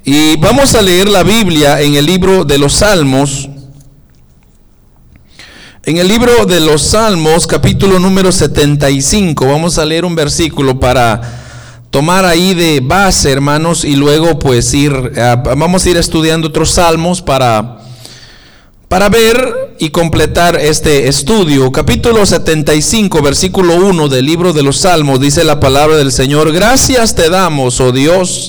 Y vamos a leer la Biblia en el libro de los Salmos. En el libro de los Salmos, capítulo número 75, vamos a leer un versículo para tomar ahí de base, hermanos, y luego pues vamos a ir estudiando otros salmos para ver y completar este estudio. Capítulo 75, versículo 1 del libro de los Salmos, dice la palabra del Señor: gracias te damos, oh Dios,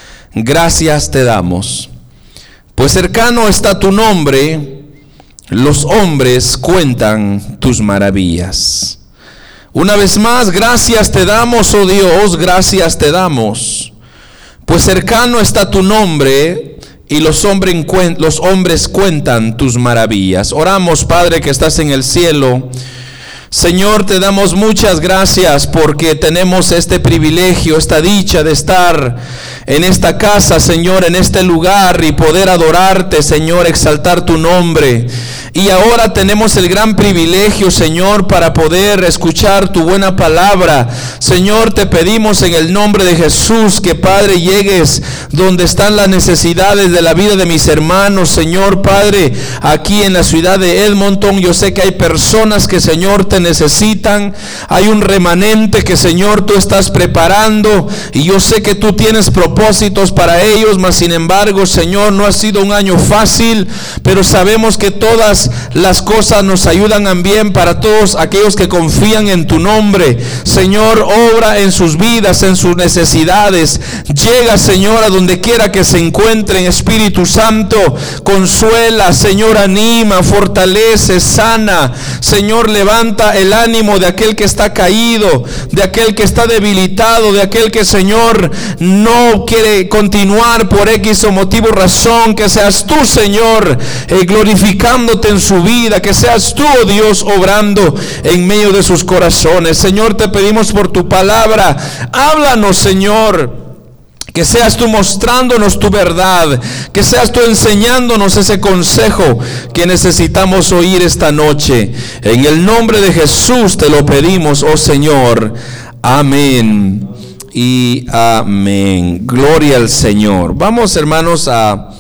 gracias te damos, pues cercano está tu nombre, los hombres cuentan tus maravillas. Una vez más, gracias te damos, oh Dios, gracias te damos, pues cercano está tu nombre y los hombres cuentan tus maravillas. Oramos, Padre que estás en el cielo. Señor, te damos muchas gracias porque tenemos este privilegio, esta dicha de estar en esta casa, Señor, en este lugar y poder adorarte, Señor, exaltar tu nombre. Y ahora tenemos el gran privilegio, Señor, para poder escuchar tu buena palabra. Señor, te pedimos en el nombre de Jesús que, Padre, llegues donde están las necesidades de la vida de mis hermanos. Señor, Padre, aquí en la ciudad de Edmonton, yo sé que hay personas que, Señor, te necesitan. Hay un remanente que, Señor, tú estás preparando. Y yo sé que tú tienes propósitos para ellos, mas sin embargo, Señor, no ha sido un año fácil, pero sabemos que todas las cosas nos ayudan bien para todos aquellos que confían en tu nombre. Señor, obra en sus vidas, en sus necesidades. Llega, Señor, a donde quiera que se encuentren. Espíritu Santo, consuela, Señor, anima, fortalece, sana. Señor, levanta el ánimo de aquel que está caído, de aquel que está debilitado, de aquel que, Señor, no quiere continuar por X o motivo, razón. Que seas tú, Señor, glorificándote en su vida, que seas tú, oh Dios, obrando en medio de sus corazones. Señor, te pedimos por tu palabra, háblanos, Señor, que seas tú mostrándonos tu verdad, que seas tú enseñándonos ese consejo que necesitamos oír esta noche. En el nombre de Jesús te lo pedimos, oh Señor. Amén y amén. Gloria al Señor. Vamos, hermanos, a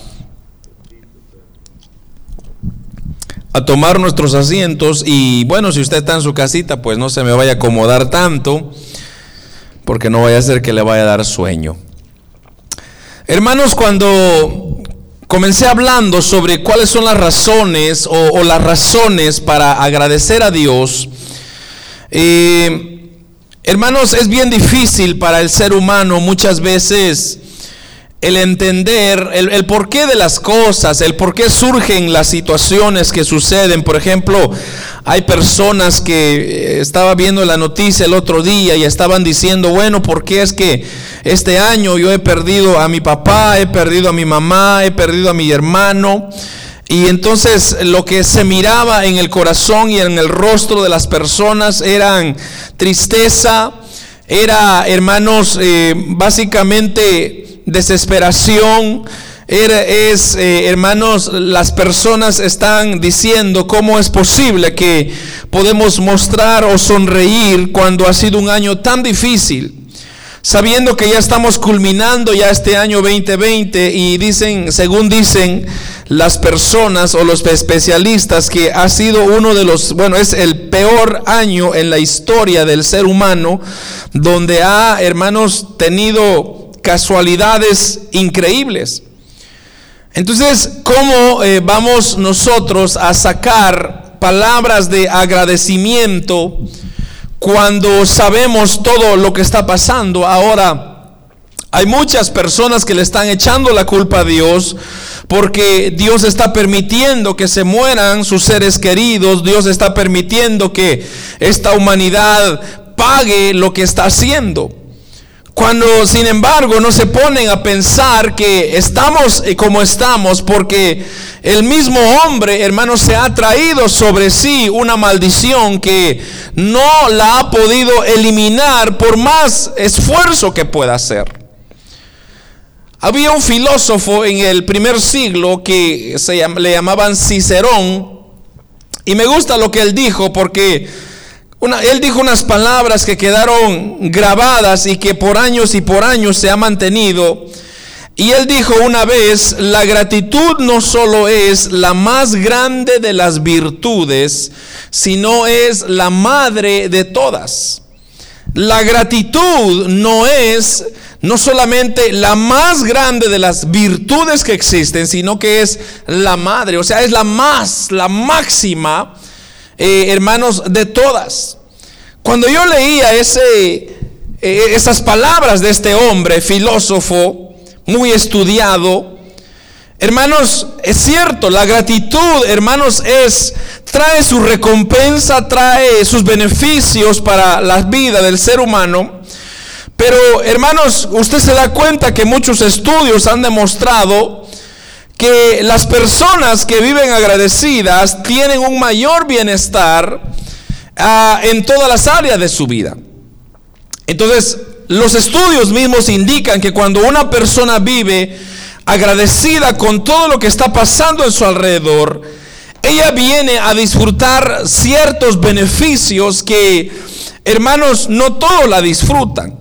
tomar nuestros asientos. Y bueno, si usted está en su casita, pues no se me vaya a acomodar tanto, porque no vaya a ser que le vaya a dar sueño. Hermanos, cuando comencé hablando sobre cuáles son las razones o las razones para agradecer a Dios, hermanos, es bien difícil para el ser humano muchas veces el entender el porqué de las cosas, el por qué surgen las situaciones que suceden. Por ejemplo, hay personas que estaba viendo la noticia el otro día y estaban diciendo, bueno, ¿por qué es que este año yo he perdido a mi papá, he perdido a mi mamá, he perdido a mi hermano? Y entonces lo que se miraba en el corazón y en el rostro de las personas eran tristeza, era, hermanos, básicamente desesperación. Hermanos, las personas están diciendo cómo es posible que podemos mostrar o sonreír cuando ha sido un año tan difícil, sabiendo que ya estamos culminando ya este año 2020 y dicen, según dicen las personas o los especialistas, que ha sido uno de los, es el peor año en la historia del ser humano, donde ha, hermanos, tenido casualidades increíbles. Entonces, ¿cómo vamos nosotros a sacar palabras de agradecimiento cuando sabemos todo lo que está pasando? Ahora, hay muchas personas que le están echando la culpa a Dios porque Dios está permitiendo que se mueran sus seres queridos. Dios está permitiendo que esta humanidad pague lo que está haciendo. Cuando, sin embargo, no se ponen a pensar que estamos como estamos porque el mismo hombre, hermanos, se ha traído sobre sí una maldición que no la ha podido eliminar por más esfuerzo que pueda hacer. Había un filósofo en el primer siglo que le llamaban Cicerón, y me gusta lo que él dijo porque él dijo unas palabras que quedaron grabadas y que por años y por años se ha mantenido. Y él dijo una vez: la gratitud no solo es la más grande de las virtudes, sino es la madre de todas. La gratitud no solamente la más grande de las virtudes que existen, sino que es la madre, o sea, es la máxima, hermanos, de todas. Cuando yo leía esas palabras de este hombre filósofo, muy estudiado, hermanos, es cierto, la gratitud, hermanos, trae su recompensa, trae sus beneficios para la vida del ser humano. Pero, hermanos, usted se da cuenta que muchos estudios han demostrado que las personas que viven agradecidas tienen un mayor bienestar en todas las áreas de su vida. Entonces, los estudios mismos indican que cuando una persona vive agradecida con todo lo que está pasando en su alrededor, ella viene a disfrutar ciertos beneficios que, hermanos, no todos la disfrutan.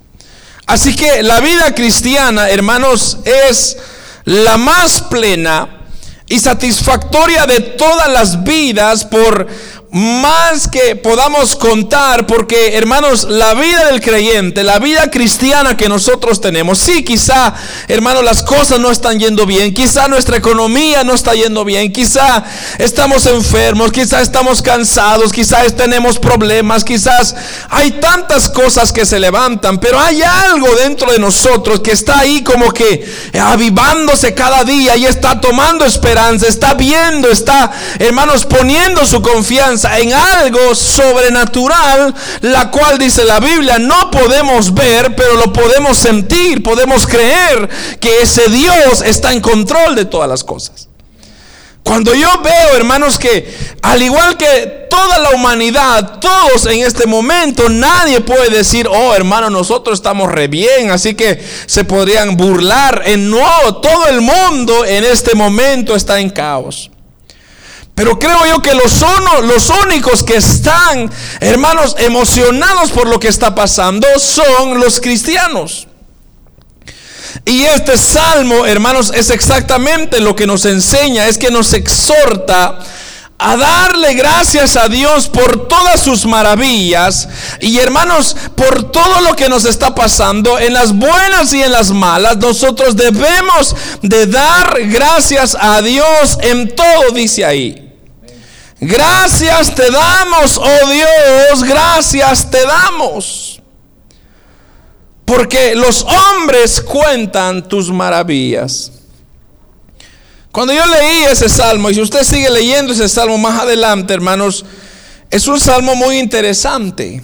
Así que la vida cristiana, hermanos, es la más plena y satisfactoria de todas las vidas, por más que podamos contar, porque, hermanos, la vida del creyente, la vida cristiana que nosotros tenemos, sí, quizá, hermanos, las cosas no están yendo bien, quizá nuestra economía no está yendo bien, quizá estamos enfermos, quizá estamos cansados, quizás tenemos problemas, quizás hay tantas cosas que se levantan, pero hay algo dentro de nosotros que está ahí como que avivándose cada día y está tomando esperanza, está viendo, está, hermanos, poniendo su confianza en algo sobrenatural, la cual, dice la Biblia, no podemos ver, pero lo podemos sentir, podemos creer que ese Dios está en control de todas las cosas. Cuando yo veo, hermanos, que al igual que toda la humanidad, todos en este momento, nadie puede decir: oh, hermano, nosotros estamos re bien, así que se podrían burlar. No, todo el mundo en este momento está en caos. Pero creo yo que los únicos que están, hermanos, emocionados por lo que está pasando son los cristianos. Y este salmo, hermanos, es exactamente lo que nos enseña, es que nos exhorta a darle gracias a Dios por todas sus maravillas. Y, hermanos, por todo lo que nos está pasando, en las buenas y en las malas, nosotros debemos de dar gracias a Dios en todo, dice ahí. Gracias te damos, oh Dios, gracias te damos, porque los hombres cuentan tus maravillas. Cuando yo leí ese salmo, y si usted sigue leyendo ese salmo más adelante, hermanos, es un salmo muy interesante.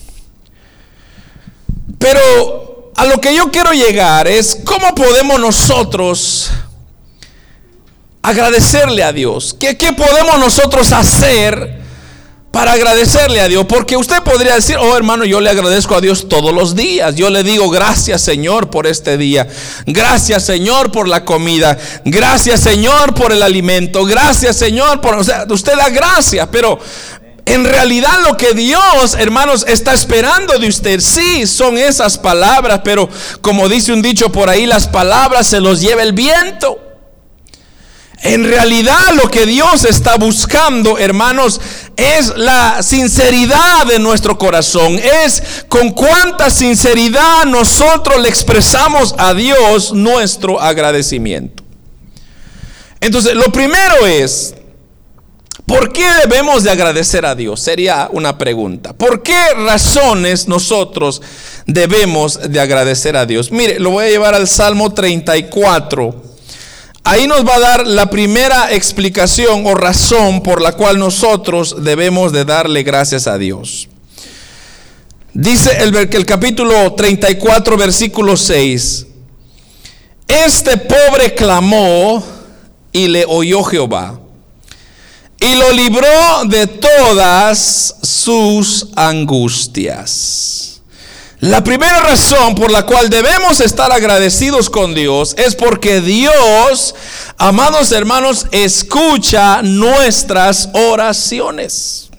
Pero a lo que yo quiero llegar es: ¿cómo podemos nosotros agradecerle a Dios? ¿Qué podemos nosotros hacer para agradecerle a Dios? Porque usted podría decir: oh, hermano, yo le agradezco a Dios todos los días. Yo le digo: gracias, Señor, por este día. Gracias, Señor, por la comida. Gracias, Señor, por el alimento. Gracias, Señor, por... O sea, usted da gracias, pero en realidad lo que Dios, hermanos, está esperando de usted, sí, son esas palabras, pero como dice un dicho por ahí, las palabras se los lleva el viento. En realidad lo que Dios está buscando, hermanos, es la sinceridad de nuestro corazón. Es con cuánta sinceridad nosotros le expresamos a Dios nuestro agradecimiento. Entonces, lo primero es: ¿por qué debemos de agradecer a Dios? Sería una pregunta. ¿Por qué razones nosotros debemos de agradecer a Dios? Mire, lo voy a llevar al Salmo 34. Ahí nos va a dar la primera explicación o razón por la cual nosotros debemos de darle gracias a Dios. Dice el capítulo 34, versículo 6: este pobre clamó y le oyó Jehová, y lo libró de todas sus angustias. La primera razón por la cual debemos estar agradecidos con Dios es porque Dios, amados hermanos, escucha nuestras oraciones.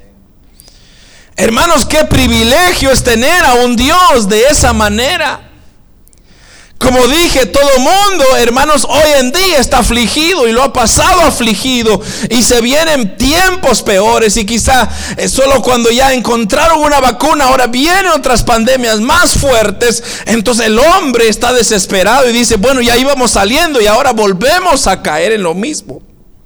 Hermanos, qué privilegio es tener a un Dios de esa manera. Como dije, todo mundo, hermanos, hoy en día está afligido y lo ha pasado afligido, y se vienen tiempos peores, y quizá solo cuando ya encontraron una vacuna, ahora vienen otras pandemias más fuertes. Entonces el hombre está desesperado y dice, bueno, ya íbamos saliendo y ahora volvemos a caer en lo mismo.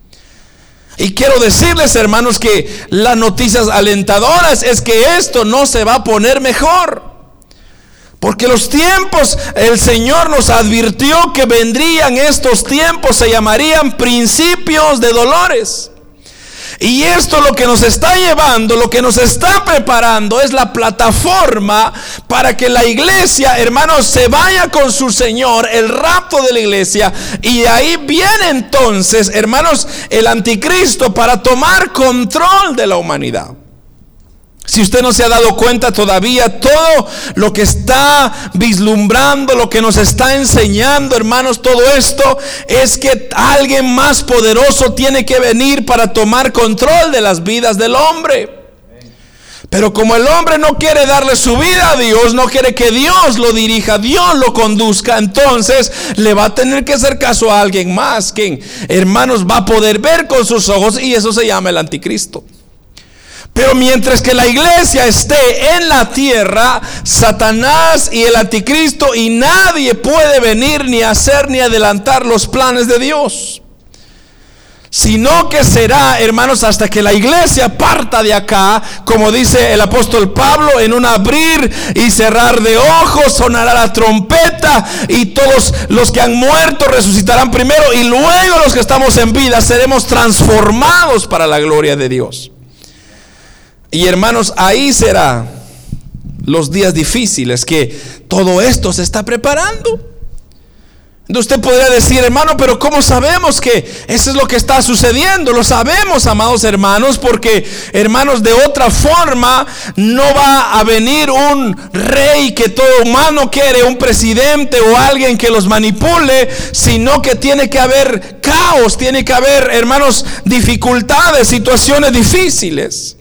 Y quiero decirles, hermanos, que las noticias alentadoras es que esto no se va a poner mejor. Porque los tiempos, el Señor nos advirtió que vendrían estos tiempos, se llamarían principios de dolores. Y esto lo que nos está llevando, lo que nos está preparando es la plataforma para que la iglesia, hermanos, se vaya con su Señor, el rapto de la iglesia. Y de ahí viene entonces, hermanos, el anticristo para tomar control de la humanidad. Si usted no se ha dado cuenta todavía, todo lo que está vislumbrando, lo que nos está enseñando, hermanos, todo esto es que alguien más poderoso tiene que venir para tomar control de las vidas del hombre. Pero como el hombre no quiere darle su vida a Dios, no quiere que Dios lo dirija, Dios lo conduzca, entonces le va a tener que hacer caso a alguien más, quien, hermanos, va a poder ver con sus ojos, y eso se llama el anticristo. Pero mientras que la iglesia esté en la tierra, Satanás y el anticristo y nadie puede venir ni hacer ni adelantar los planes de Dios. Sino que será, hermanos, hasta que la iglesia parta de acá, como dice el apóstol Pablo, en un abrir y cerrar de ojos sonará la trompeta, y todos los que han muerto resucitarán primero, y luego los que estamos en vida seremos transformados para la gloria de Dios. Y hermanos, ahí será los días difíciles que todo esto se está preparando. Entonces usted podría decir, hermano, pero ¿cómo sabemos que eso es lo que está sucediendo? Lo sabemos, amados hermanos, porque, hermanos, de otra forma no va a venir un rey que todo humano quiere, un presidente o alguien que los manipule, sino que tiene que haber caos, tiene que haber, hermanos, dificultades, situaciones difíciles.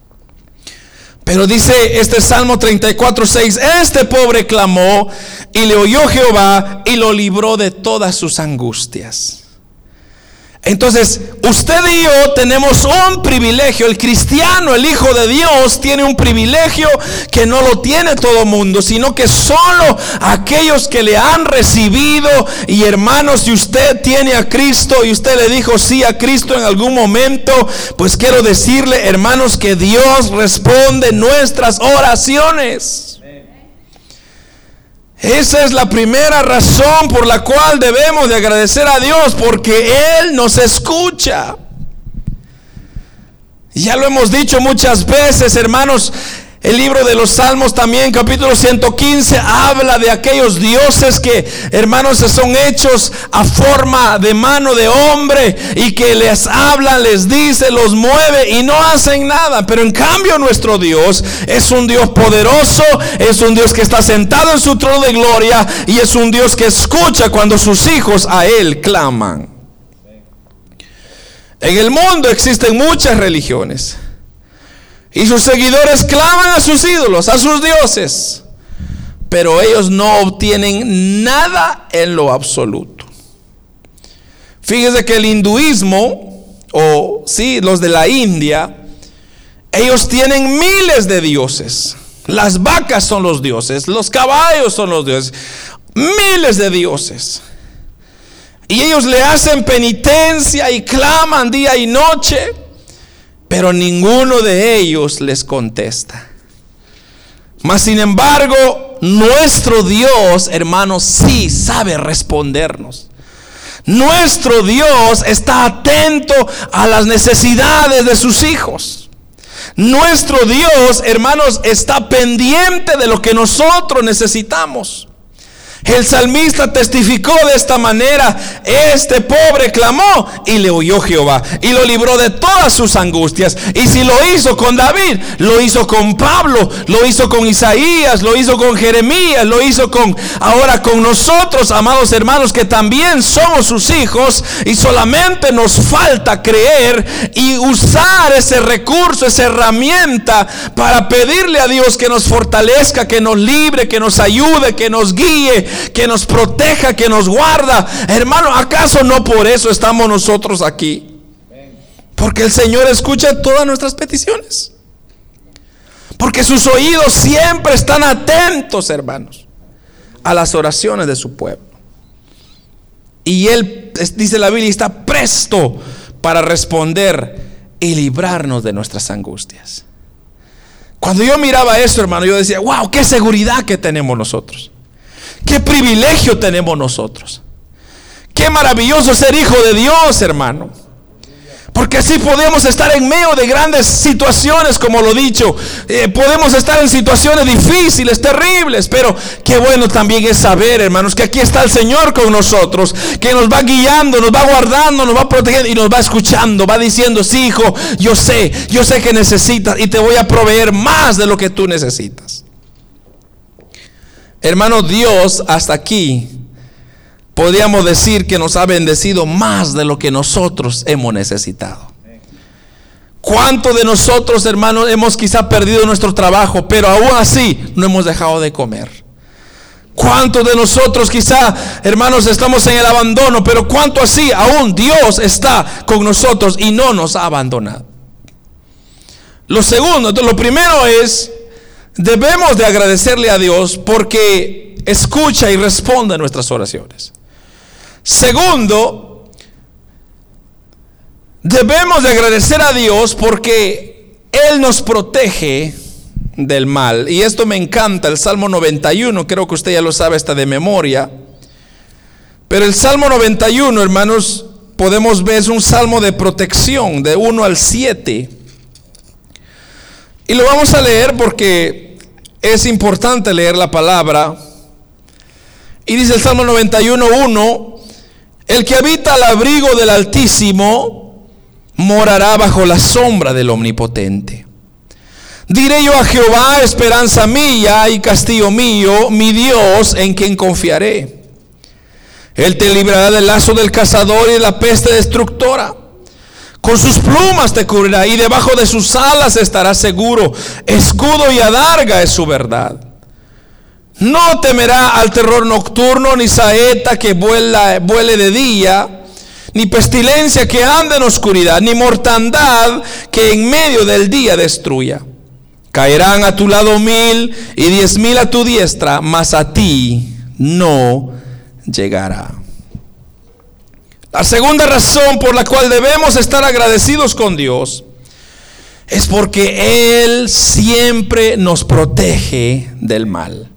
Pero dice este Salmo 34:6, este pobre clamó y le oyó Jehová y lo libró de todas sus angustias. Entonces, usted y yo tenemos un privilegio. El cristiano, el Hijo de Dios, tiene un privilegio que no lo tiene todo mundo, sino que solo aquellos que le han recibido. Y hermanos, si usted tiene a Cristo y usted le dijo sí a Cristo en algún momento, pues quiero decirle, hermanos, que Dios responde nuestras oraciones. Esa es la primera razón por la cual debemos de agradecer a Dios, porque Él nos escucha. Ya lo hemos dicho muchas veces, hermanos. El libro de los Salmos también, capítulo 115, habla de aquellos dioses que, hermanos, son hechos a forma de mano de hombre y que les habla, les dice, los mueve y no hacen nada. Pero en cambio nuestro Dios es un Dios poderoso, es un Dios que está sentado en su trono de gloria y es un Dios que escucha cuando sus hijos a Él claman. En el mundo existen muchas religiones. Y sus seguidores claman a sus ídolos, a sus dioses, pero ellos no obtienen nada en lo absoluto. Fíjese que el hinduismo, o sí, los de la India, ellos tienen miles de dioses. Las vacas son los dioses, los caballos son los dioses, miles de dioses. Y ellos le hacen penitencia y claman día y noche, pero ninguno de ellos les contesta. Mas sin embargo, nuestro Dios, hermanos, sí sabe respondernos. Nuestro Dios está atento a las necesidades de sus hijos. Nuestro Dios, hermanos, está pendiente de lo que nosotros necesitamos. El salmista testificó de esta manera: este pobre clamó y le oyó Jehová y lo libró de todas sus angustias. Y si lo hizo con David, lo hizo con Pablo, lo hizo con Isaías, lo hizo con Jeremías, lo hizo ahora con nosotros, amados hermanos, que también somos sus hijos, y solamente nos falta creer y usar ese recurso, esa herramienta, para pedirle a Dios que nos fortalezca, que nos libre, que nos ayude, que nos guíe, que nos proteja, que nos guarda. Hermano, ¿acaso no por eso estamos nosotros aquí? Porque el Señor escucha todas nuestras peticiones. Porque sus oídos siempre están atentos, hermanos, a las oraciones de su pueblo. Y Él, dice la Biblia, está presto para responder y librarnos de nuestras angustias. Cuando yo miraba eso, hermano, yo decía, wow, qué seguridad que tenemos nosotros. Qué privilegio tenemos nosotros. Qué maravilloso ser hijo de Dios, hermano. Porque así podemos estar en medio de grandes situaciones, como lo he dicho. Podemos estar en situaciones difíciles, terribles. Pero qué bueno también es saber, hermanos, que aquí está el Señor con nosotros, que nos va guiando, nos va guardando, nos va protegiendo y nos va escuchando. Va diciendo, sí, hijo, yo sé que necesitas y te voy a proveer más de lo que tú necesitas. Hermano, Dios hasta aquí podríamos decir que nos ha bendecido más de lo que nosotros hemos necesitado. ¿Cuántos de nosotros, hermanos, hemos quizá perdido nuestro trabajo, pero aún así no hemos dejado de comer? ¿Cuántos de nosotros quizá, hermanos, estamos en el abandono, pero cuánto así aún Dios está con nosotros y no nos ha abandonado? Lo segundo, entonces, lo primero es, debemos de agradecerle a Dios porque escucha y responde a nuestras oraciones. Segundo, debemos de agradecer a Dios porque Él nos protege del mal. Y esto me encanta, el Salmo 91, creo que usted ya lo sabe, está de memoria. Pero el Salmo 91, hermanos, podemos ver, es un salmo de protección, de 1 al 7. Y lo vamos a leer porque es importante leer la palabra. Y dice el Salmo 91:1: el que habita al abrigo del Altísimo morará bajo la sombra del Omnipotente. Diré yo a Jehová, esperanza mía y castillo mío, mi Dios, en quien confiaré. Él te librará del lazo del cazador y de la peste destructora. Con sus plumas te cubrirá y debajo de sus alas estarás seguro. Escudo y adarga es su verdad. No temerá al terror nocturno, ni saeta que vuele de día, ni pestilencia que ande en oscuridad, ni mortandad que en medio del día destruya. Caerán a tu lado 1000 y 10,000 a tu diestra, mas a ti no llegará. La segunda razón por la cual debemos estar agradecidos con Dios es porque Él siempre nos protege del mal.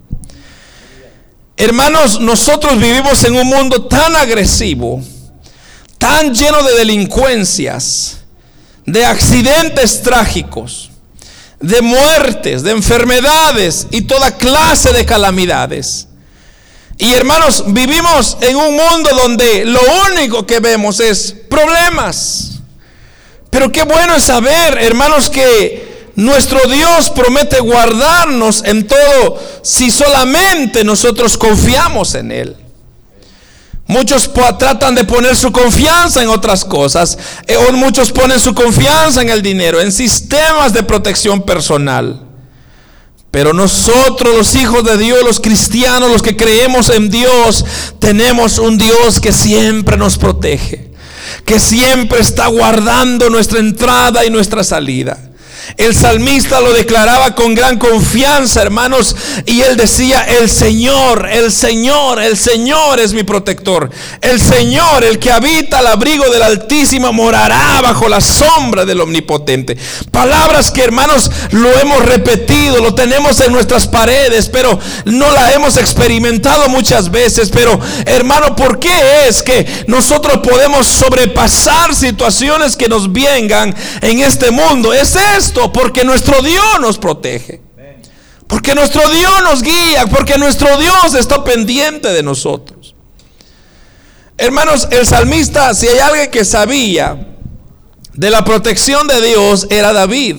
Hermanos, nosotros vivimos en un mundo tan agresivo, tan lleno de delincuencias, de accidentes trágicos, de muertes, de enfermedades y toda clase de calamidades. Y hermanos, vivimos en un mundo donde lo único que vemos es problemas. Pero qué bueno es saber, hermanos, que nuestro Dios promete guardarnos en todo si solamente nosotros confiamos en Él. Muchos tratan de poner su confianza en otras cosas, o muchos ponen su confianza en el dinero, en sistemas de protección personal. Pero nosotros, los hijos de Dios, los cristianos, los que creemos en Dios, tenemos un Dios que siempre nos protege, que siempre está guardando nuestra entrada y nuestra salida. El salmista lo declaraba con gran confianza, hermanos, y él decía: el Señor es mi protector. El Señor, el que habita al abrigo del Altísimo, morará bajo la sombra del Omnipotente. Palabras que, hermanos, lo hemos repetido, lo tenemos en nuestras paredes, pero no la hemos experimentado muchas veces. Pero, hermano, ¿por qué es que nosotros podemos sobrepasar situaciones que nos vengan en este mundo? Es esto, porque nuestro Dios nos protege, porque nuestro Dios nos guía, porque nuestro Dios está pendiente de nosotros. Hermanos, el salmista, si hay alguien que sabía de la protección de Dios, era David.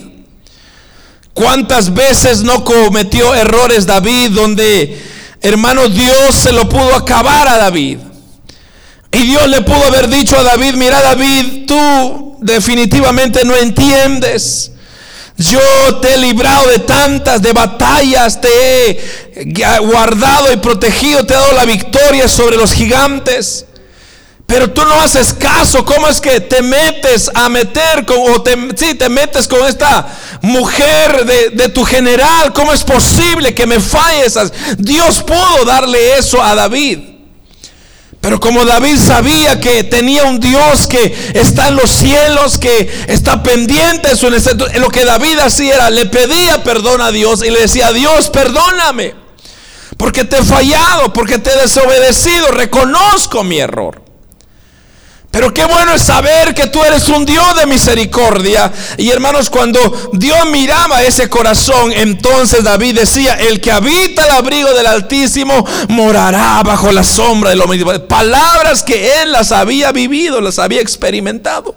¿Cuántas veces no cometió errores David donde, hermanos, Dios se lo pudo acabar a David? Y Dios le pudo haber dicho a David: mira, David, tú definitivamente no entiendes. Yo te he librado de tantas, de batallas, te he guardado y protegido, te he dado la victoria sobre los gigantes. Pero tú no haces caso. ¿Cómo es que te metes a meter te metes con esta mujer de tu general? ¿Cómo es posible que me falles? Dios pudo darle eso a David. Pero como David sabía que tenía un Dios que está en los cielos, que está pendiente de su necesidad, lo que David hacía era, le pedía perdón a Dios y le decía: Dios, perdóname, porque te he fallado, porque te he desobedecido, reconozco mi error. Pero qué bueno es saber que tú eres un Dios de misericordia. Y hermanos, cuando Dios miraba ese corazón, entonces David decía: el que habita el abrigo del Altísimo morará bajo la sombra del Omnipotente. Palabras que él las había vivido, las había experimentado.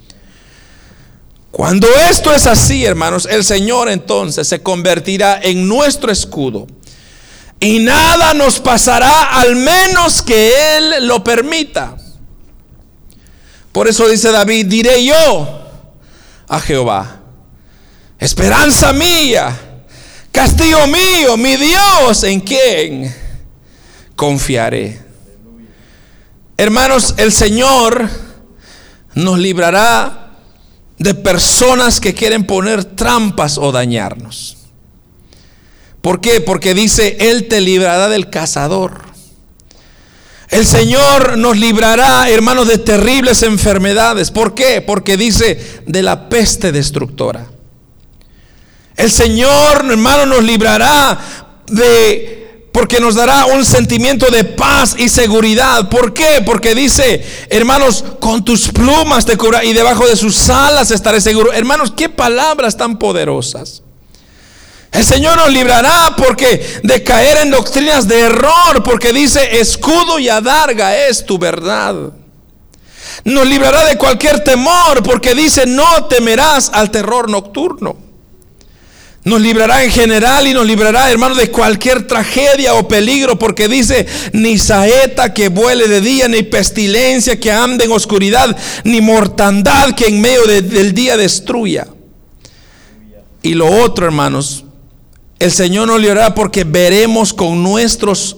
Cuando esto es así, hermanos, el Señor entonces se convertirá en nuestro escudo. Y nada nos pasará al menos que Él lo permita. Por eso dice David: diré yo a Jehová, esperanza mía, castigo mío, mi Dios, en quien confiaré. Hermanos, el Señor nos librará de personas que quieren poner trampas o dañarnos. ¿Por qué? Porque dice: Él te librará del cazador. El Señor nos librará, hermanos, de terribles enfermedades. ¿Por qué? Porque dice: de la peste destructora. El Señor, hermanos, nos librará porque nos dará un sentimiento de paz y seguridad. ¿Por qué? Porque dice, hermanos, con tus plumas te cubrirá y debajo de sus alas estaré seguro. Hermanos, qué palabras tan poderosas. El Señor nos librará de caer en doctrinas de error, porque dice: escudo y adarga es tu verdad. Nos librará de cualquier temor, porque dice: no temerás al terror nocturno. Nos librará en general y nos librará, hermano, de cualquier tragedia o peligro, porque dice: ni saeta que vuele de día, ni pestilencia que ande en oscuridad, ni mortandad que en medio del día destruya. Y lo otro, hermanos, el Señor nos librará porque veremos cómo nuestros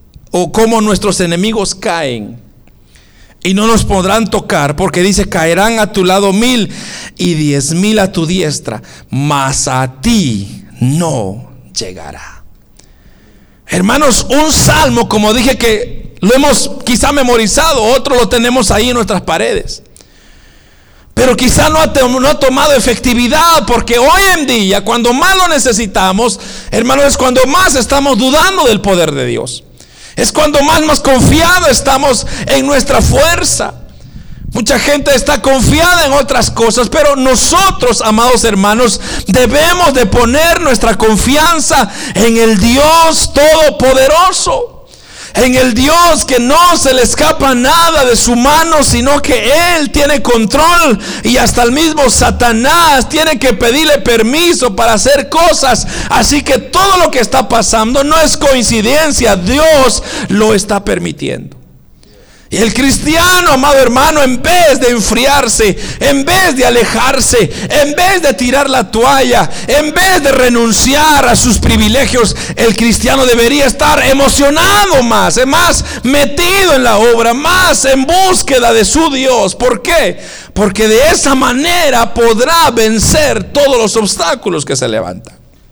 enemigos caen y no nos podrán tocar, porque dice: caerán a tu lado 1000 y 10,000 a tu diestra, mas a ti no llegará. Hermanos, un salmo, como dije, que lo hemos quizá memorizado, otro lo tenemos ahí en nuestras paredes, pero quizá no ha tomado efectividad, porque hoy en día, cuando más lo necesitamos, hermanos, es cuando más estamos dudando del poder de Dios. Es cuando más confiados estamos en nuestra fuerza. Mucha gente está confiada en otras cosas, pero nosotros, amados hermanos, debemos de poner nuestra confianza en el Dios Todopoderoso. En el Dios que no se le escapa nada de su mano, sino que Él tiene control, y hasta el mismo Satanás tiene que pedirle permiso para hacer cosas. Así que todo lo que está pasando no es coincidencia, Dios lo está permitiendo. Y el cristiano, amado hermano, en vez de enfriarse, en vez de alejarse, en vez de tirar la toalla, en vez de renunciar a sus privilegios, el cristiano debería estar emocionado más metido en la obra, más en búsqueda de su Dios. ¿Por qué? Porque de esa manera podrá vencer todos los obstáculos que se levantan.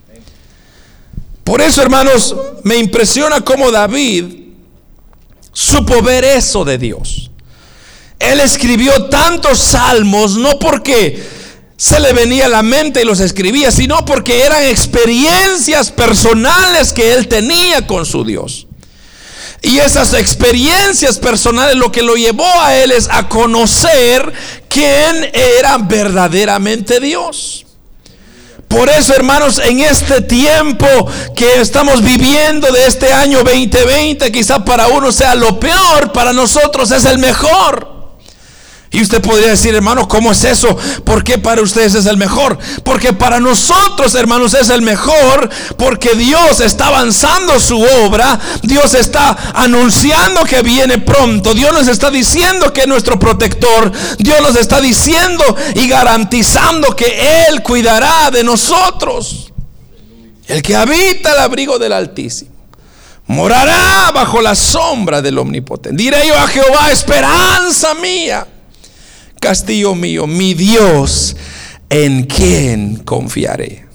Por eso, hermanos, me impresiona cómo David supo ver eso de Dios. Él escribió tantos salmos no porque se le venía a la mente y los escribía, sino porque eran experiencias personales que él tenía con su Dios. Y esas experiencias personales lo que lo llevó a él es a conocer quién era verdaderamente Dios. Por eso, hermanos, en este tiempo que estamos viviendo de este año 2020, quizá para uno sea lo peor, para nosotros es el mejor. Y usted podría decir, hermano, ¿cómo es eso? ¿Por qué para ustedes es el mejor? Porque para nosotros, hermanos, es el mejor, porque Dios está avanzando su obra. Dios está anunciando que viene pronto. Dios nos está diciendo que es nuestro protector. Dios nos está diciendo y garantizando que Él cuidará de nosotros. El que habita el abrigo del Altísimo morará bajo la sombra del Omnipotente. Diré yo a Jehová, esperanza mía, castillo mío, mi Dios, en quien confiaré.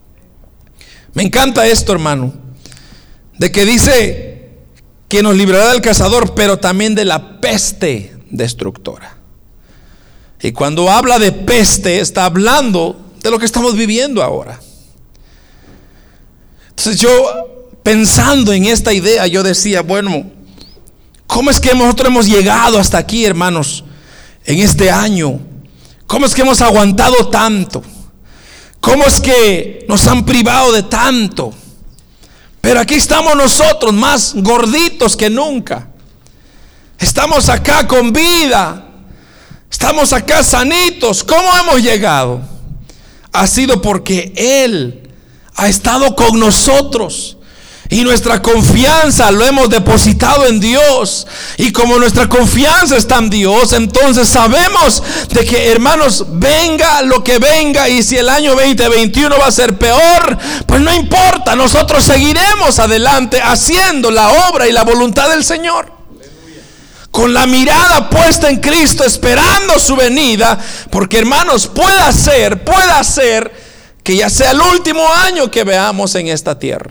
Me encanta esto, hermano, de que dice que nos librará del cazador, pero también de la peste destructora. Y cuando habla de peste, está hablando de lo que estamos viviendo ahora. Entonces yo, pensando en esta idea, yo decía, bueno, ¿cómo es que nosotros hemos llegado hasta aquí, hermanos, en este año? ¿Cómo es que hemos aguantado tanto? ¿Cómo es que nos han privado de tanto? Pero aquí estamos nosotros, más gorditos que nunca. Estamos acá con vida. Estamos acá sanitos. ¿Cómo hemos llegado? Ha sido porque Él ha estado con nosotros. Y nuestra confianza lo hemos depositado en Dios. Y como nuestra confianza está en Dios, entonces sabemos de que, hermanos, venga lo que venga, y si el año 2021 va a ser peor, pues no importa, nosotros seguiremos adelante haciendo la obra y la voluntad del Señor. Con la mirada puesta en Cristo, esperando su venida. Porque, hermanos, puede ser que ya sea el último año que veamos en esta tierra.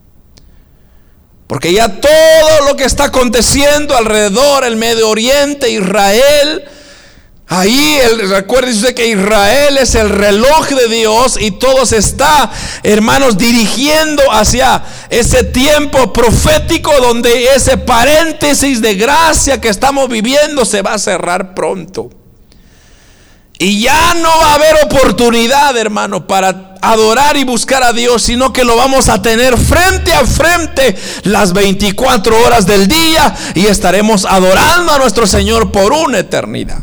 Porque ya todo lo que está aconteciendo alrededor, el Medio Oriente, Israel, ahí, recuerde usted que Israel es el reloj de Dios, y todo se está, hermanos, dirigiendo hacia ese tiempo profético donde ese paréntesis de gracia que estamos viviendo se va a cerrar pronto. Y ya no va a haber oportunidad, hermano, para adorar y buscar a Dios, sino que lo vamos a tener frente a frente las 24 horas del día, y estaremos adorando a nuestro Señor por una eternidad.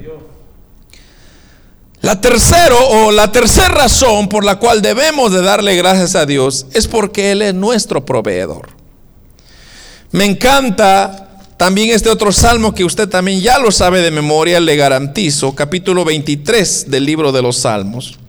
La tercera razón por la cual debemos de darle gracias a Dios es porque Él es nuestro proveedor. Me encanta también este otro salmo que usted también ya lo sabe de memoria, le garantizo, capítulo 23 del libro de los Salmos,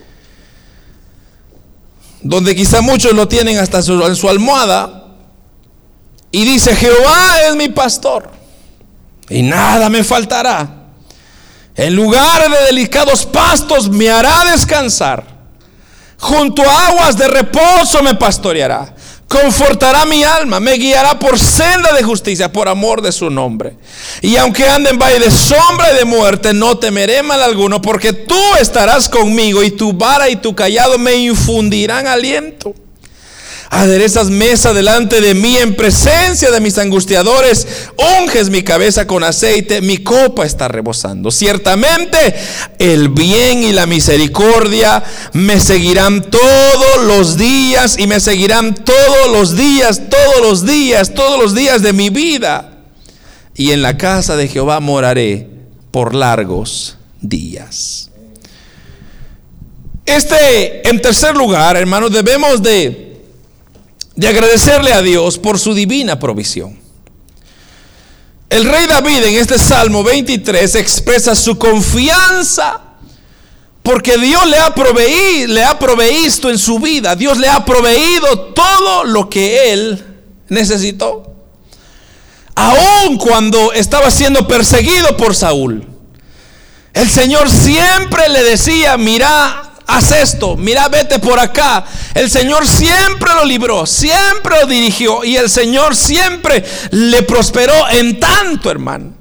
donde quizá muchos lo tienen hasta en su almohada, y dice: Jehová es mi pastor y nada me faltará. En lugares de delicados pastos me hará descansar. Junto a aguas de reposo me pastoreará. Confortará mi alma, me guiará por senda de justicia, por amor de su nombre. Y aunque ande en valle de sombra y de muerte, no temeré mal alguno, porque tú estarás conmigo, y tu vara y tu cayado me infundirán aliento. Aderezas mesa delante de mí en presencia de mis angustiadores, unges mi cabeza con aceite, mi copa está rebosando. Ciertamente el bien y la misericordia me seguirán todos los días, y me seguirán todos los días de mi vida. Y en la casa de Jehová moraré por largos días. En tercer lugar, hermanos, debemos de agradecerle a Dios por su divina provisión. El rey David en este Salmo 23 expresa su confianza porque Dios le ha proveído en su vida. Dios le ha proveído todo lo que él necesitó. Aun cuando estaba siendo perseguido por Saúl, el Señor siempre le decía: mira, haz esto, mira, vete por acá. El Señor siempre lo libró, siempre lo dirigió, y el Señor siempre le prosperó en tanto, hermano.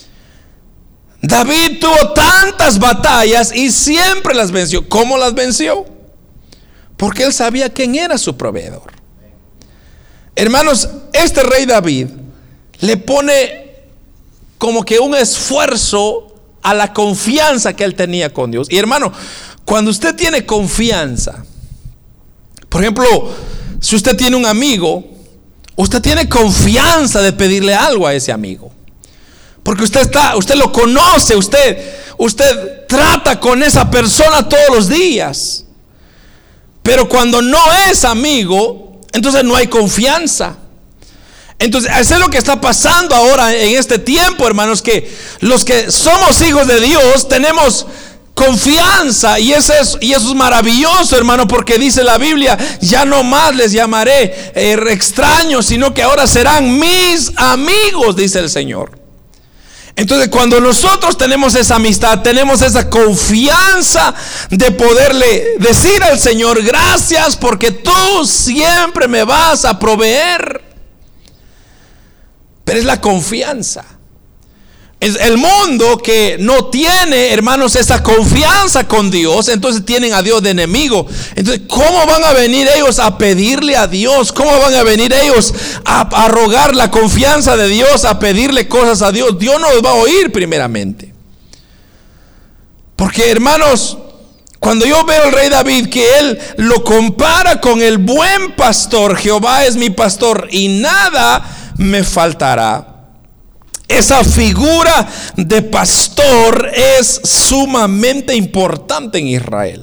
David tuvo tantas batallas y siempre las venció. ¿Cómo las venció? Porque él sabía quién era su proveedor. Hermanos, este rey David le pone como que un esfuerzo a la confianza que él tenía con Dios. Y hermano, cuando usted tiene confianza, por ejemplo, si usted tiene un amigo, usted tiene confianza de pedirle algo a ese amigo. Porque usted lo conoce, usted trata con esa persona todos los días. Pero cuando no es amigo, entonces no hay confianza. Entonces, eso es lo que está pasando ahora en este tiempo, hermanos, que los que somos hijos de Dios tenemos confianza, y eso es maravilloso, hermano, porque dice la Biblia: ya no más les llamaré extraños, sino que ahora serán mis amigos, dice el Señor. Entonces, cuando nosotros tenemos esa amistad, tenemos esa confianza de poderle decir al Señor: gracias porque tú siempre me vas a proveer. Pero es la confianza. Es el mundo que no tiene, hermanos, esa confianza con Dios, entonces tienen a Dios de enemigo. Entonces, ¿cómo van a venir ellos a pedirle a Dios? ¿Cómo van a venir ellos a rogar la confianza de Dios, a pedirle cosas a Dios? Dios no los va a oír primeramente. Porque, hermanos, cuando yo veo al rey David, que él lo compara con el buen pastor: Jehová es mi pastor y nada me faltará. Esa figura de pastor es sumamente importante en Israel.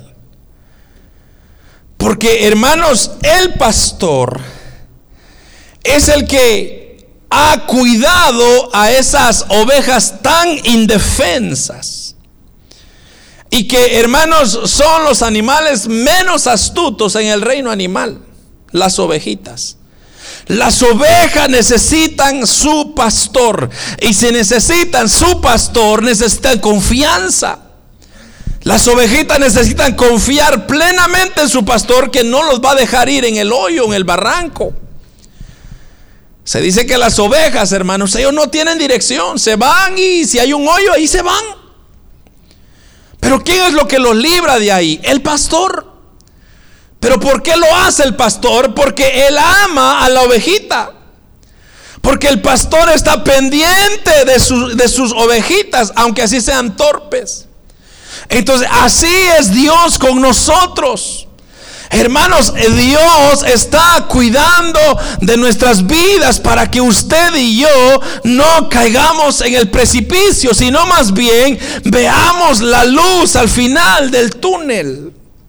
Porque, hermanos, el pastor es el que ha cuidado a esas ovejas tan indefensas. Y que, hermanos, son los animales menos astutos en el reino animal, las ovejitas. Las ovejas necesitan su pastor, y si necesitan su pastor, necesitan confianza. Las ovejitas necesitan confiar plenamente en su pastor, que no los va a dejar ir en el hoyo, en el barranco. Se dice que las ovejas, hermanos, ellos no tienen dirección, se van, y si hay un hoyo, ahí se van. Pero ¿quién es lo que los libra de ahí? El pastor. ¿Pero por qué lo hace el pastor? Porque él ama a la ovejita. Porque el pastor está pendiente de sus ovejitas, aunque así sean torpes. Entonces, así es Dios con nosotros. Hermanos, Dios está cuidando de nuestras vidas para que usted y yo no caigamos en el precipicio, sino más bien veamos la luz al final del túnel.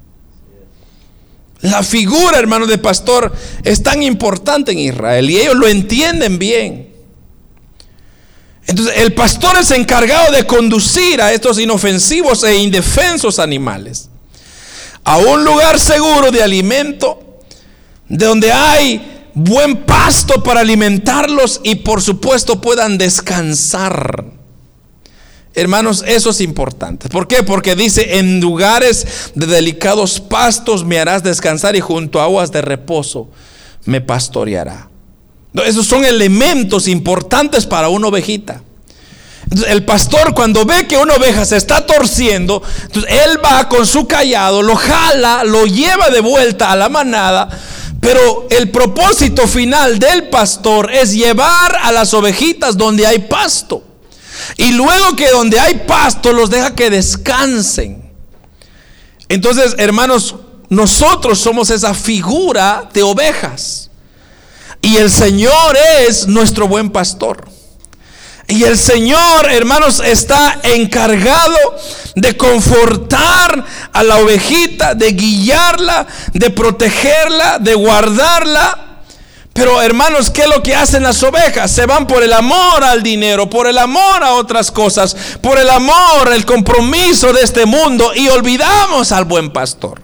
La figura, hermanos, de pastor es tan importante en Israel, y ellos lo entienden bien. Entonces, el pastor es encargado de conducir a estos inofensivos e indefensos animales a un lugar seguro de alimento, de donde hay buen pasto para alimentarlos y, por supuesto, puedan descansar. Hermanos, eso es importante. ¿Por qué? Porque dice: en lugares de delicados pastos me harás descansar, y junto a aguas de reposo me pastoreará. Esos son elementos importantes para una ovejita. Entonces, el pastor, cuando ve que una oveja se está torciendo, entonces él va con su cayado, lo jala, lo lleva de vuelta a la manada. Pero el propósito final del pastor es llevar a las ovejitas donde hay pasto. Y luego que donde hay pasto los deja que descansen. Entonces, hermanos, nosotros somos esa figura de ovejas. Y el Señor es nuestro buen pastor. Y el Señor, hermanos, está encargado de confortar a la ovejita, de guiarla, de protegerla, de guardarla. Pero, hermanos, ¿qué es lo que hacen las ovejas? Se van por el amor al dinero, por el amor a otras cosas, por el amor, el compromiso de este mundo, y olvidamos al buen pastor.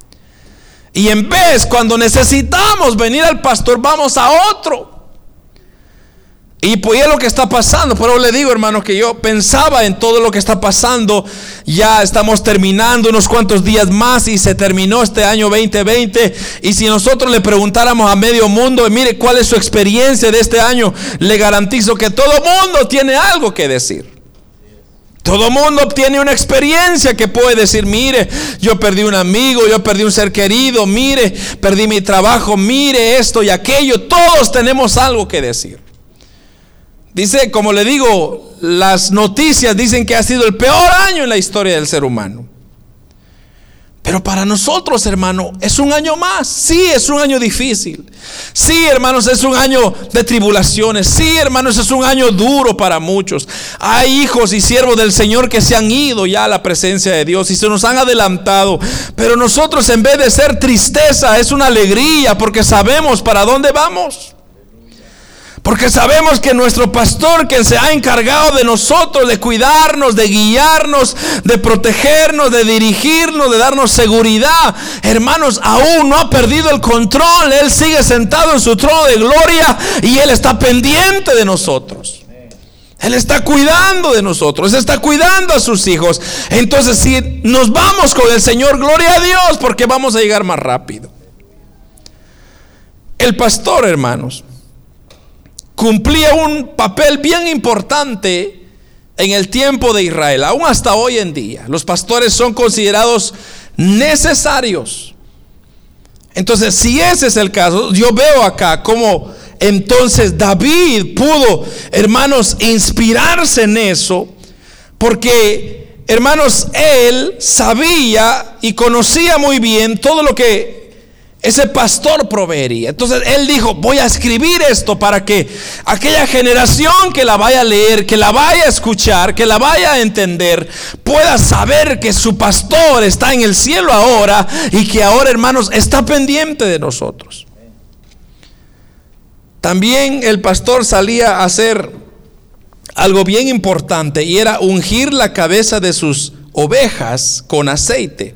Y en vez, cuando necesitamos venir al pastor, vamos a otro. Y pues es lo que está pasando. Pero le digo, hermanos, que yo pensaba en todo lo que está pasando. Ya estamos terminando unos cuantos días más y se terminó este año 2020. Y si nosotros le preguntáramos a medio mundo, mire, ¿cuál es su experiencia de este año?, le garantizo que todo mundo tiene algo que decir. Todo mundo tiene una experiencia que puede decir: mire, yo perdí un amigo, yo perdí un ser querido, mire, perdí mi trabajo, mire esto y aquello. Todos tenemos algo que decir. Dice, como le digo, las noticias dicen que ha sido el peor año en la historia del ser humano. Pero para nosotros, hermano, es un año más. Sí, es un año difícil. Sí, hermanos, es un año de tribulaciones. Sí, hermanos, es un año duro para muchos. Hay hijos y siervos del Señor que se han ido ya a la presencia de Dios y se nos han adelantado. Pero nosotros, en vez de ser tristeza, es una alegría, porque sabemos para dónde vamos. Porque sabemos que nuestro pastor, que se ha encargado de nosotros, de cuidarnos, de guiarnos, de protegernos, de dirigirnos, de darnos seguridad, hermanos, aún no ha perdido el control. Él sigue sentado en su trono de gloria y Él está pendiente de nosotros. Él está cuidando de nosotros, está cuidando a sus hijos. Entonces, si nos vamos con el Señor, gloria a Dios, porque vamos a llegar más rápido. El pastor, hermanos, cumplía un papel bien importante en el tiempo de Israel, aún hasta hoy en día. Los pastores son considerados necesarios. Entonces, si ese es el caso, yo veo acá cómo entonces David pudo, hermanos, inspirarse en eso, porque, hermanos, él sabía y conocía muy bien todo lo que ese pastor proveería. Entonces él dijo: voy a escribir esto para que aquella generación que la vaya a leer, que la vaya a escuchar, que la vaya a entender, pueda saber que su pastor está en el cielo ahora y que ahora, hermanos, está pendiente de nosotros. También el pastor salía a hacer algo bien importante, y era ungir la cabeza de sus ovejas con aceite,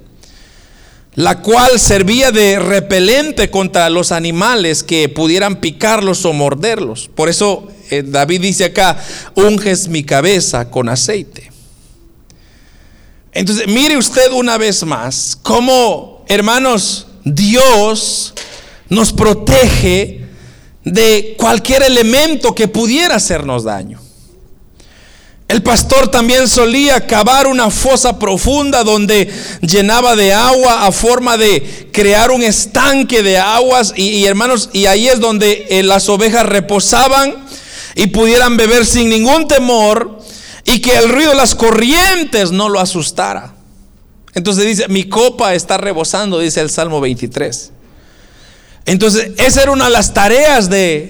la cual servía de repelente contra los animales que pudieran picarlos o morderlos. Por eso David dice acá: unges mi cabeza con aceite. Entonces, mire usted una vez más cómo, hermanos, Dios nos protege de cualquier elemento que pudiera hacernos daño. El pastor también solía cavar una fosa profunda donde llenaba de agua a forma de crear un estanque de aguas, y hermanos, y ahí es donde las ovejas reposaban y pudieran beber sin ningún temor, y que el ruido de las corrientes no lo asustara. Entonces dice: mi copa está rebosando, dice el Salmo 23. Entonces esa era una de las tareas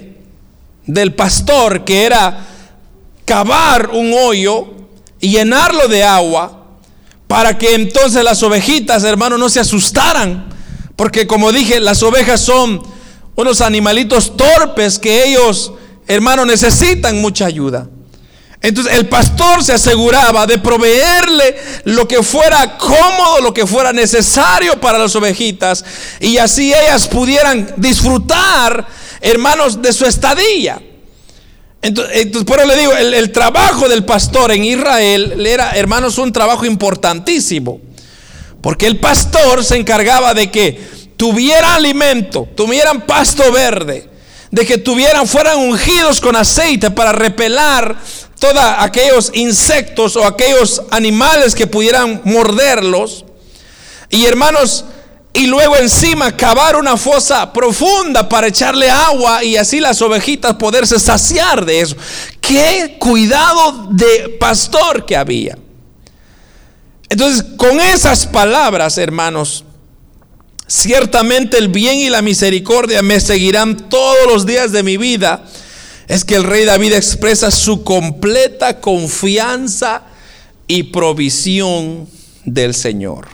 del pastor, que era cavar un hoyo y llenarlo de agua, para que entonces las ovejitas, hermanos, no se asustaran, porque, como dije, las ovejas son unos animalitos torpes que ellos, hermanos, necesitan mucha ayuda. Entonces el pastor se aseguraba de proveerle lo que fuera cómodo, lo que fuera necesario para las ovejitas, y así ellas pudieran disfrutar, hermanos, de su estadía. Entonces, por eso le digo, el trabajo del pastor en Israel era, hermanos, un trabajo importantísimo, porque el pastor se encargaba de que tuviera alimento, tuvieran pasto verde, de que fueran ungidos con aceite para repelar todos aquellos insectos o aquellos animales que pudieran morderlos. Y, hermanos, y luego encima cavar una fosa profunda para echarle agua, y así las ovejitas poderse saciar de eso. Qué cuidado de pastor que había. Entonces, con esas palabras, hermanos, ciertamente el bien y la misericordia me seguirán todos los días de mi vida. Es que el rey David expresa su completa confianza y provisión del Señor.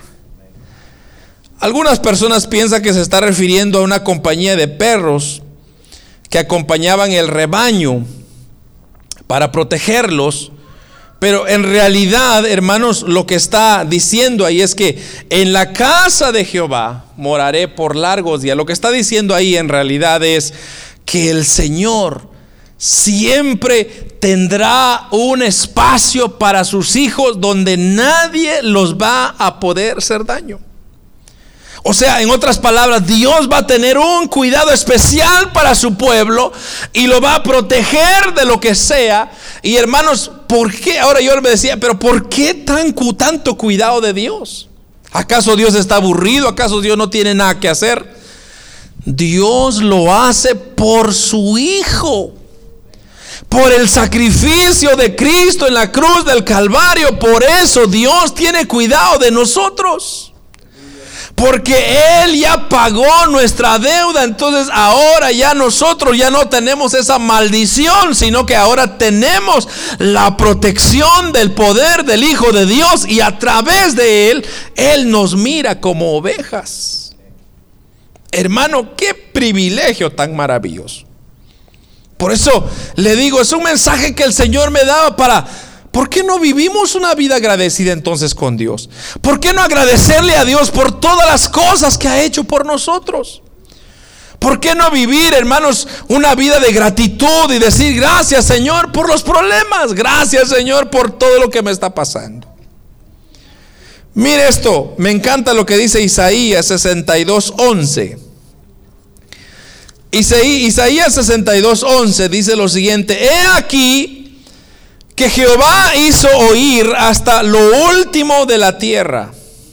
Algunas personas piensan que se está refiriendo a una compañía de perros que acompañaban el rebaño para protegerlos, pero en realidad, hermanos, lo que está diciendo ahí es que en la casa de Jehová moraré por largos días. Lo que está diciendo ahí en realidad es que el Señor siempre tendrá un espacio para sus hijos donde nadie los va a poder hacer daño. O sea, en otras palabras, Dios va a tener un cuidado especial para su pueblo y lo va a proteger de lo que sea. Y, hermanos, ¿por qué? Ahora yo me decía, pero ¿por qué tanto cuidado de Dios? ¿Acaso Dios está aburrido? ¿Acaso Dios no tiene nada que hacer? Dios lo hace por su Hijo, por el sacrificio de Cristo en la cruz del Calvario. Por eso Dios tiene cuidado de nosotros. Porque Él ya pagó nuestra deuda. Entonces ahora ya nosotros ya no tenemos esa maldición, sino que ahora tenemos la protección del poder del Hijo de Dios, y a través de Él, Él nos mira como ovejas. Hermano, qué privilegio tan maravilloso. Por eso le digo, es un mensaje que el Señor me daba para... ¿Por qué no vivimos una vida agradecida entonces con Dios? ¿Por qué no agradecerle a Dios por todas las cosas que ha hecho por nosotros? ¿Por qué no vivir, hermanos, una vida de gratitud y decir gracias, Señor, por los problemas? Gracias, Señor, por todo lo que me está pasando. Mire esto, me encanta lo que dice Isaías 62:11. Isaías 62:11 dice lo siguiente: he aquí que Jehová hizo oír hasta lo último de la tierra.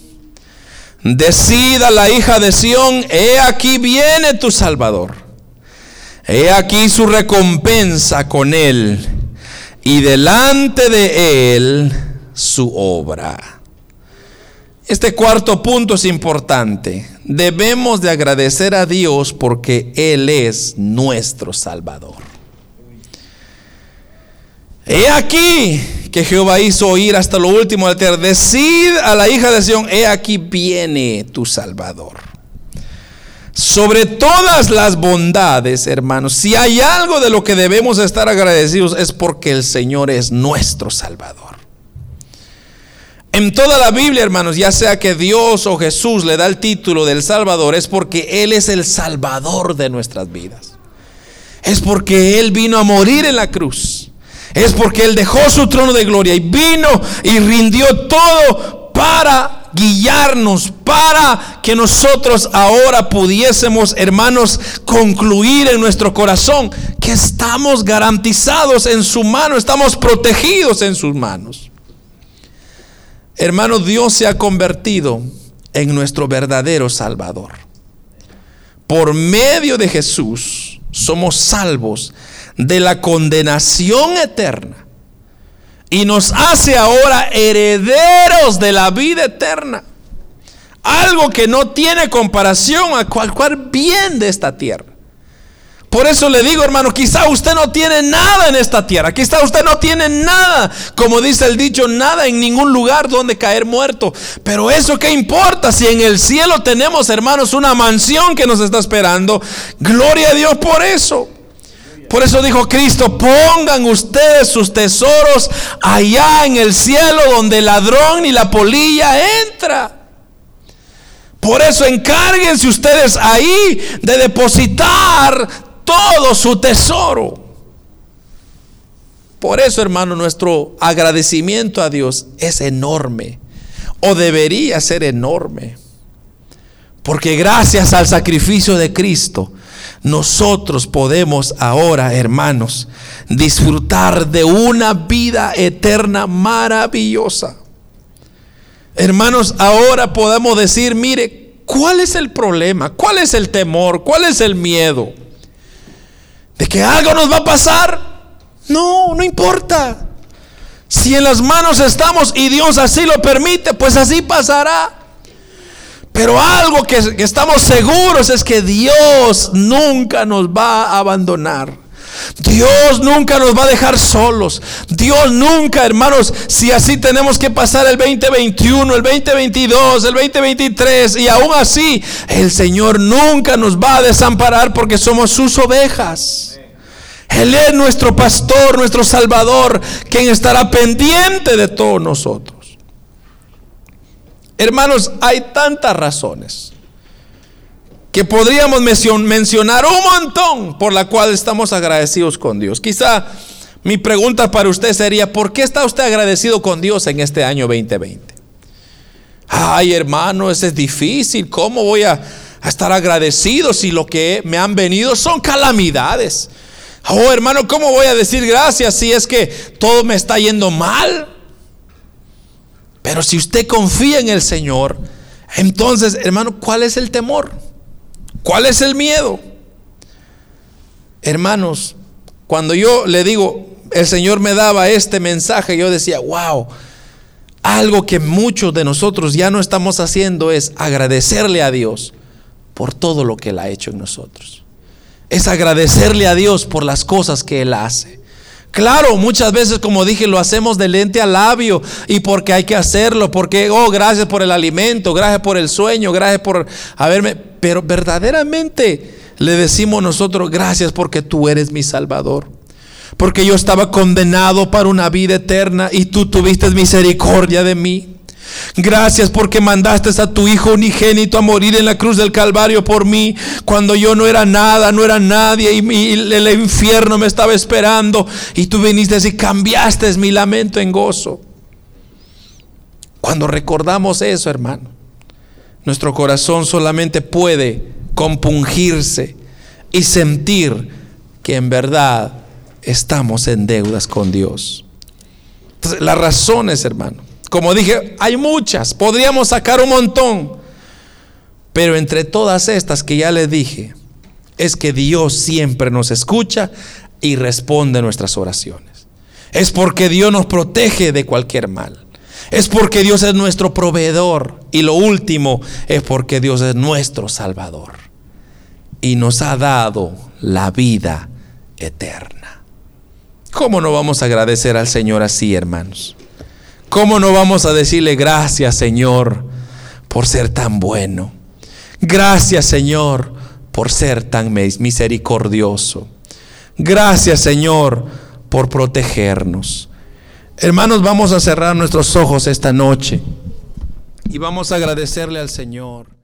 Decida la hija de Sión: he aquí viene tu Salvador. He aquí su recompensa con él, y delante de él su obra. Este cuarto punto es importante. Debemos de agradecer a Dios porque Él es nuestro Salvador. He aquí que Jehová hizo oír hasta lo último de la tierra. Decid a la hija de Sión: he aquí viene tu Salvador. Sobre todas las bondades, hermanos, si hay algo de lo que debemos estar agradecidos, es porque el Señor es nuestro Salvador. En toda la Biblia, hermanos, ya sea que Dios o Jesús le da el título del Salvador, es porque Él es el Salvador de nuestras vidas. Es porque Él vino a morir en la cruz. Es porque Él dejó su trono de gloria y vino y rindió todo para guiarnos, para que nosotros ahora pudiésemos, hermanos, concluir en nuestro corazón que estamos garantizados en su mano, estamos protegidos en sus manos. Hermanos, Dios se ha convertido en nuestro verdadero Salvador. Por medio de Jesús somos salvos de la condenación eterna y nos hace ahora herederos de la vida eterna, algo que no tiene comparación a cualquier bien de esta tierra. Por eso le digo, hermano, quizá usted no tiene nada en esta tierra, quizá usted no tiene nada, como dice el dicho, nada en ningún lugar donde caer muerto. Pero eso qué importa si en el cielo tenemos, hermanos, una mansión que nos está esperando. Gloria a Dios por eso. Por eso dijo Cristo: pongan ustedes sus tesoros allá en el cielo, donde el ladrón ni la polilla entra. Por eso encárguense ustedes ahí de depositar todo su tesoro. Por eso, hermano, nuestro agradecimiento a Dios es enorme, o debería ser enorme, porque gracias al sacrificio de Cristo nosotros podemos ahora, hermanos, disfrutar de una vida eterna maravillosa. Hermanos, ahora podemos decir: mire, ¿cuál es el problema? ¿Cuál es el temor? ¿Cuál es el miedo? ¿De que algo nos va a pasar? No, no importa. Si en las manos estamos y Dios así lo permite, pues así pasará. Pero algo que estamos seguros es que Dios nunca nos va a abandonar. Dios nunca nos va a dejar solos. Dios nunca, hermanos, si así tenemos que pasar el 2021, el 2022, el 2023, y aún así el Señor nunca nos va a desamparar, porque somos sus ovejas. Él es nuestro pastor, nuestro Salvador, quien estará pendiente de todos nosotros. Hermanos, hay tantas razones que podríamos mencionar un montón por la cual estamos agradecidos con Dios. Quizá mi pregunta para usted sería: ¿por qué está usted agradecido con Dios en este año 2020? Ay, hermano, eso es difícil. ¿Cómo voy a estar agradecido si lo que me han venido son calamidades? Oh, hermano, ¿cómo voy a decir gracias si es que todo me está yendo mal? Pero si usted confía en el Señor, entonces, hermano, ¿cuál es el temor? ¿Cuál es el miedo? Hermanos, cuando yo le digo, el Señor me daba este mensaje, yo decía: wow, Algo que muchos de nosotros ya no estamos haciendo es agradecerle a Dios por todo lo que Él ha hecho en nosotros. Es agradecerle a Dios por las cosas que Él hace. Claro, muchas veces, como dije, lo hacemos de lente al labio y porque hay que hacerlo, porque, gracias por el alimento, gracias por el sueño, gracias por haberme. Pero verdaderamente le decimos nosotros: gracias porque tú eres mi Salvador. Porque yo estaba condenado para una vida eterna y tú tuviste misericordia de mí. Gracias porque mandaste a tu Hijo unigénito a morir en la cruz del Calvario por mí, cuando yo no era nada, no era nadie, y el infierno me estaba esperando, y tú viniste y cambiaste mi lamento en gozo. Cuando recordamos eso, hermano, nuestro corazón solamente puede compungirse y sentir que en verdad estamos en deudas con Dios. Entonces, las razones, hermano, como dije, hay muchas, podríamos sacar un montón, pero entre todas estas que ya les dije, es que Dios siempre nos escucha y responde nuestras oraciones. Es porque Dios nos protege de cualquier mal. Es porque Dios es nuestro proveedor. Y lo último, es porque Dios es nuestro Salvador y nos ha dado la vida eterna. ¿Cómo no vamos a agradecer al Señor así, hermanos? ¿Cómo no vamos a decirle: gracias, Señor, por ser tan bueno? Gracias, Señor, por ser tan misericordioso. Gracias, Señor, por protegernos. Hermanos, vamos a cerrar nuestros ojos esta noche y vamos a agradecerle al Señor.